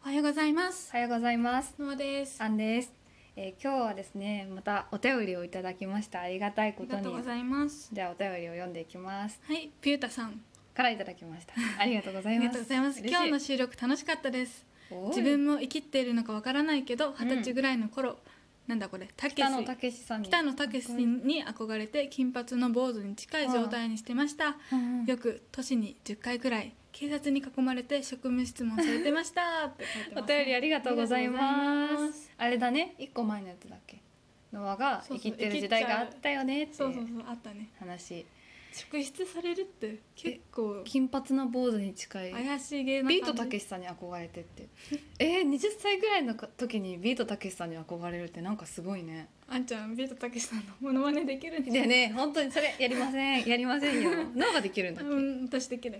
おはようございます。 おはようございます。 のあです。 アンです。今日はですね、またお便りをいただきました。ありがたいことに。 ありがとうございます。 じゃあお便りを読んでいきます。 はい、ピュータさんからいただきました。ありがとうございあります。 がとうございます。今日の収録楽しかったです。 おい自分も生きているのかわからないけど、20歳ぐらいの頃、なんだこれ、 北野武さんにに憧れて金髪の坊主に近い状態にしてました。よく年に10回くらい警察に囲まれて職務質問されてましたって書いてます、ね、 お便りありがとうございます。あれだね、1個前のやつだっけ、ノアが生きてる時代があったよねってそうあったね。 話。 職質されるって結構金髪の坊主に近い怪しい芸な感じ。 ビートたけしさんに憧れてって20歳ぐらいの時にビートたけしさんに憧れるってなんかすごいね。 あんちゃんビートたけしさんのモノマネできるんじゃでね、本当にそれやりませんよ。脳ができるんだっけ。 私できる。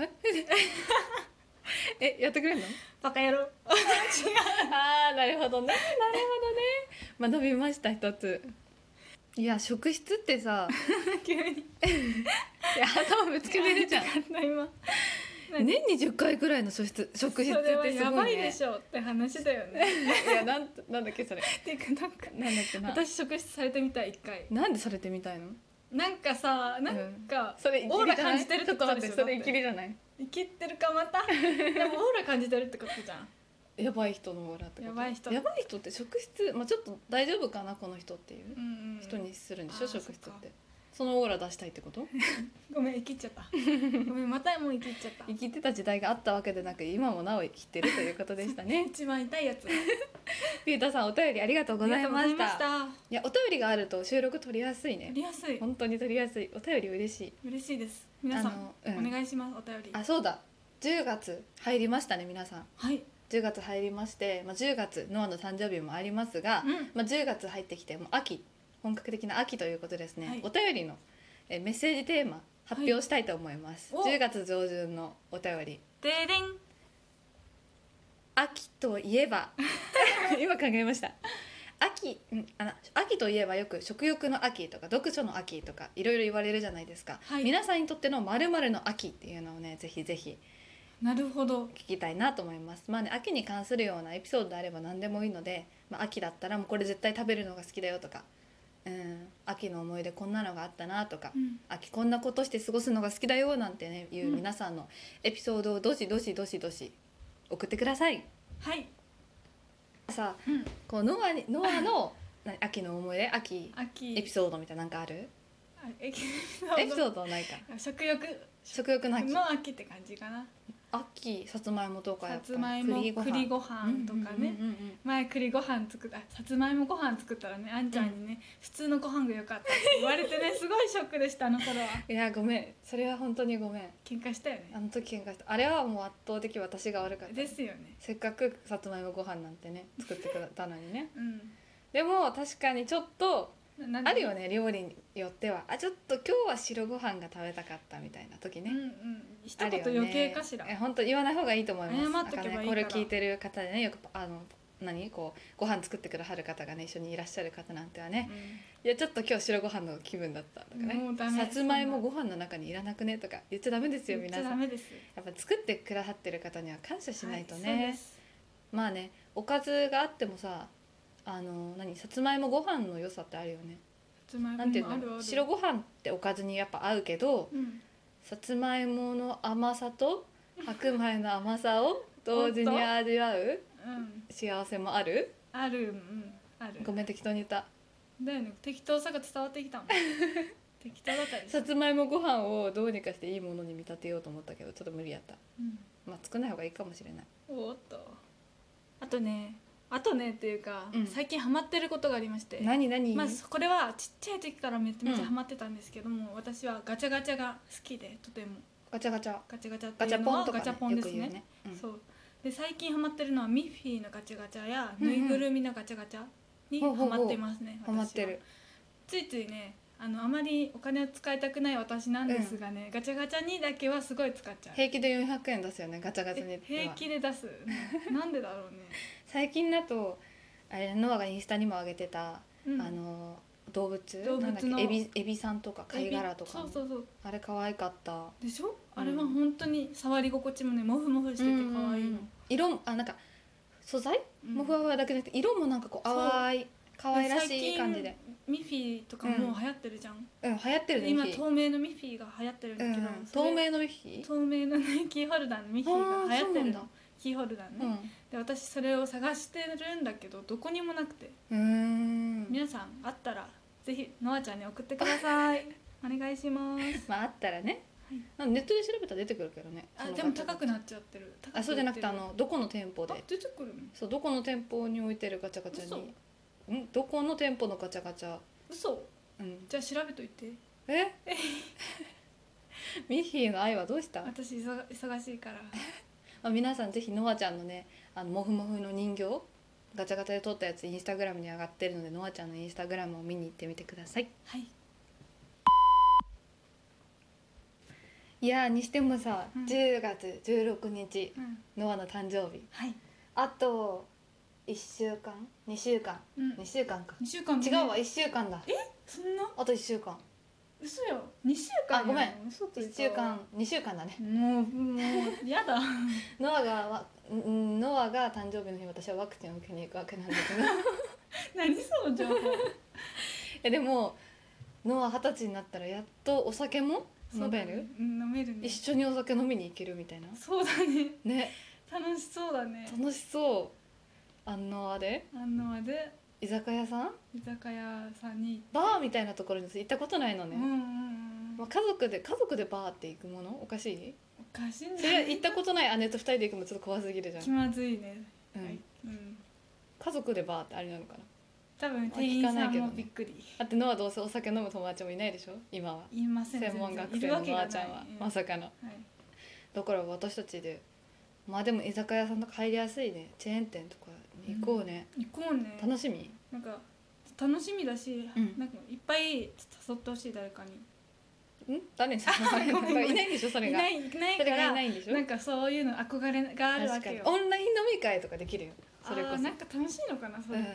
やってくれるの？ バカ野郎。 あー、なるほどね。まあ伸びました一つ。いや、職質ってさ急にいや頭ぶつけてるじゃん。 今年に10回くらいの職質ってすごいね。 それはやばいでしょって話だよね。 いや、なんだっけそれ。 ていうかなんか私職質されてみたい一回。 なんでされてみたいの？ なんかさ、なんか、 それオーラ感じてるってことでしょ。 それ生きりじゃない？ 生きてるかまた。でもオーラ感じてるってことじゃん。 やばい人のオーラってこと。 やばい人って職質、まあ、ちょっと大丈夫かなこの人っていう人にするんでしょ、職質って。そのオーラ出したいってこと？ ごめん、生きっちゃった。ごめん、またもう生きっちゃった。 生きてた時代があったわけでなく、今もなお生きてるということでしたね。 一番痛いやつ。 ピュータさん、お便りありがとうございました。 いや、お便りがあると収録取りやすいね。 取りやすい。 本当に取りやすい。お便り嬉しい。 嬉しいです。皆さん、お願いします。お便り。 あ、そうだ。10月入りましたね、皆さん。 はい。 10月入りまして、10月ノアの誕生日もありますが、10月入ってきてもう秋、本格的な秋ということですね。はい、お便りのメッセージテーマ発表したいと思います。10月上旬のお便り。 ででん。 秋といえば今考えました。秋といえばよく食欲の秋とか読書の秋とかいろいろ言われるじゃないですか、はい、皆さんにとっての〇〇の秋っていうのをね、ぜひぜひなるほど聞きたいなと思います。まあね、秋に関するようなエピソードであれば何でもいいので、秋だったらもうこれ絶対食べるのが好きだよとか、秋の思い出こんなのがあったなとか、秋こんなことして過ごすのが好きだよなんてねいう皆さんのエピソードをどしどし送ってください。 はい。 さあ、こうノアの秋の思い出、秋エピソードみたいななんかある？エピソードないか。食欲の秋の秋って感じかな。 秋、さつまいもとかやっぱさつまいも栗ご飯とかね。前栗ご飯さつまいもご飯作ったらね、あんちゃんにね、普通のご飯が良かったって言われてね、すごいショックでした、あの頃は。 いや、ごめん、それは本当にごめん。 喧嘩したよね。 あの時喧嘩した。あれはもう圧倒的私が悪かったですよね。 せっかくさつまいもご飯なんてね作ってくれたのにね、でも確かにちょっとあるよね、料理によっては。ちょっと今日は白ご飯が食べたかったみたいな時ね。 一言余計かしら。 本当言わない方がいいと思います。 謝っとけばいいから。 これ聞いてる方でね、よくご飯作ってくださる方がね、一緒にいらっしゃる方なんてはね、いやちょっと今日白ご飯の気分だったとかね、さつまいもご飯の中にいらなくねとか言っちゃダメですよ、皆さん。やっぱ作ってくださってる方には感謝しないとね。まあね、おかずがあってもさ、さつまいもご飯の良さってあるよね。なんていうの、白ご飯っておかずにやっぱ合うけど、さつまいもの甘さと白米の甘さを同時に味わう幸せもある。ある。ごめん、適当に言った。 だよね、適当さが伝わってきたもん。適当だったり。 さつまいもご飯をどうにかしていいものに見立てようと思ったけどちょっと無理やった。作んない方がいいかもしれない。 おっと。あとねっていうか、最近ハマってることがありまして。 何？ これはちっちゃい時からめちゃめちゃハマってたんですけども、私はガチャガチャが好きで、とてもガチャっていうのはガチャポンですね。そうで、最近ハマってるのはミッフィーのガチャガチャやぬいぐるみのガチャガチャにハマってますね。 ハマってる。 ついついね、あまりお金を使いたくない私なんですがね、ガチャガチャにだけはすごい使っちゃう。 平気で400円出すよね、ガチャガチャに。 平気で出す。なんでだろうね。 最近だとノアがインスタにも上げてた、動物のエビさんとか貝殻とか、あれ可愛かったでしょ。あれは本当に触り心地もね、モフモフしてて可愛いの。 色なんか素材もふわふわだけじゃなくて色もなんかこう淡い可愛らしい感じで。 ミッフィーとかもう流行ってるじゃん。 流行ってるね。 今透明のミッフィーが流行ってるんだけど、 透明のミッフィー、 透明のねキーホルダーのミッフィーが流行ってるの。キーホルダーね、で私それを探してるんだけどどこにもなくて、皆さんあったらぜひノアちゃんに送ってください。お願いします。 あったらね、ネットで調べたら出てくるけどね。 でも高くなっちゃってる。 そうじゃなくてどこの店舗で出てくるの。 そう、どこの店舗に置いてるガチャガチャに、どこの店舗のガチャガチャ。 嘘。じゃあ調べといて。 ミッフィーの愛はどうした？ 私忙しいから。 皆さんぜひノアちゃんのね、モフモフの人形ガチャガチャで撮ったやつインスタグラムに上がってるので、ノアちゃんのインスタグラムを見に行ってみてください。 はい。 いやにしてもさ、10月16日、ノアの誕生日、あと1週間2週間、2週間か。 2週間違うわ、1週間だ。 そんな？ あと1週間。 嘘よ。2週間。 ごめん。1週間2週間だね。 もうやだ。 ノアが誕生日の日、私はワクチンを受けに行くわけなんだけど。 何その情報。 でもノア20歳になったらやっとお酒も飲める？ 飲めるね。 一緒にお酒飲みに行けるみたいな。 そうだね。 ね。 楽しそうだね。 楽しそう。アンノアで居酒屋さんにバーみたいなところに行ったことないのね。家族でバーって行くものおかしい？ おかしいね。 それ行ったことない姉と2人で行くのちょっと怖すぎるじゃん。 気まずいね。 家族でバーってあれなのかな。 多分店員さんもびっくり。 だってノアどうせお酒飲む友達もいないでしょ今は。 いません。 専門学生のノアちゃんはまさかの。だから私たちででも居酒屋さんとか入りやすいね。チェーン店とかに行こうね。 行こうね。 楽しみ？ なんか楽しみだし、なんかいっぱい誘ってほしい誰かに。 誰にいないんでしょそれが。いないからなんかそういうの憧れがあるわけよ。 オンライン飲み会とかできるよ。それこそ。 なんか楽しいのかなそれって。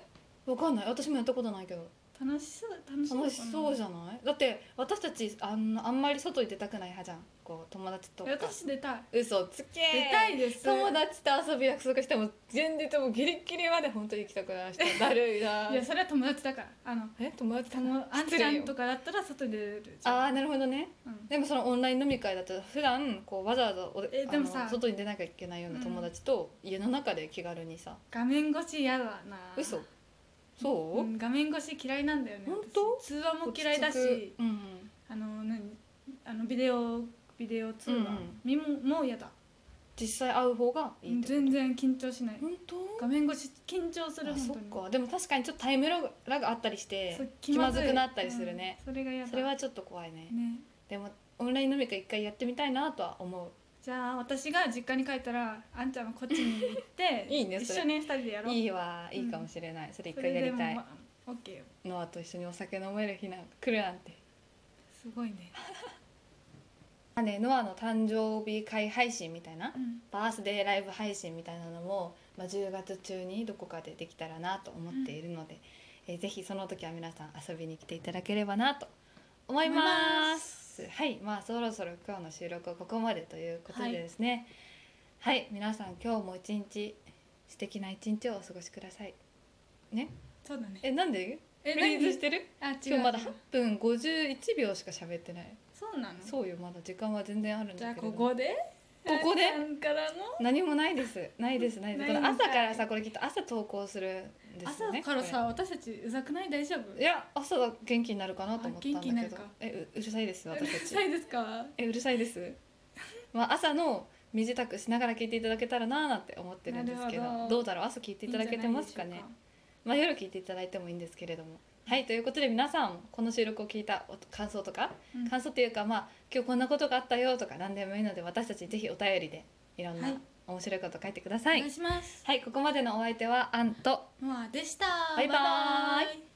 わかんない。私もやったことないけど。 楽しそうじゃない？だって私たちあんまり外に出たくない派じゃん。こう友達とか。 私出たい。 嘘つけ。 出たいです。 友達と遊び約束しても前日もギリギリまで本当に行きたくない人だるいな。 いやそれは友達だから。 友達あんちゃんとかだったら外に出る。 なるほどね。でもそのオンライン飲み会だったら普段こうわざわざでもさ外に出なきゃいけないような友達と家の中で気軽にさ。 画面越し嫌だな。 嘘。そう、 画面越し嫌いなんだよね。 本当？ 通話も嫌いだし、ビデオ通話も嫌だ。 実際会う方がいいってこと？ 全然緊張しない。 本当？ 画面越し緊張する。 そっか。でも確かにちょっとタイムラグあったりして気まずくなったりするね。 それが嫌だ。 それはちょっと怖いね。でもオンライン飲み会一回やってみたいなとは思う。 じゃあ私が実家に帰ったらあんちゃんはこっちに行っていいね、 一緒に2人でやろう。 いいわ、いいかもしれない。それ一回やりたい。 オッケーよ。 ノアと一緒にお酒飲める日なんか来るなんてすごいね。 ノアの誕生日会配信みたいな、バースデーライブ配信みたいなのも、10月中にどこかでできたらなと思っているので、ぜひその時は皆さん遊びに来ていただければなと思います。はい、そろそろ今日の収録はここまでということでですね、はい、皆さん今日も一日素敵な一日をお過ごしくださいね。 そうだね。 なんでフリーズしてる？今日まだ8分51秒しか喋ってない。 そうなの？ そうよ、まだ時間は全然あるんだけど。 じゃあここで何もないです。ないです。この朝からさ、これきっと朝投稿するんですよね。 朝からさ、私たちうざくない？大丈夫？ いや、朝は元気になるかなと思ったんだけど。うるさいです私たち。 うるさいですか？ うるさいです。朝の身支度しながら聞いていただけたらなーなんて思ってるんですけど、どうだろう、朝聞いていただけてますかね。夜聞いていただいてもいいんですけれども。はい、ということで皆さんこの収録を聞いた感想とか、感想っていうか今日こんなことがあったよとか何でもいいので、私たちにぜひお便りでいろんな面白いこと書いてください。 お願いします。 はい、ここまでのお相手はアンとノアでした。 バイバーイ。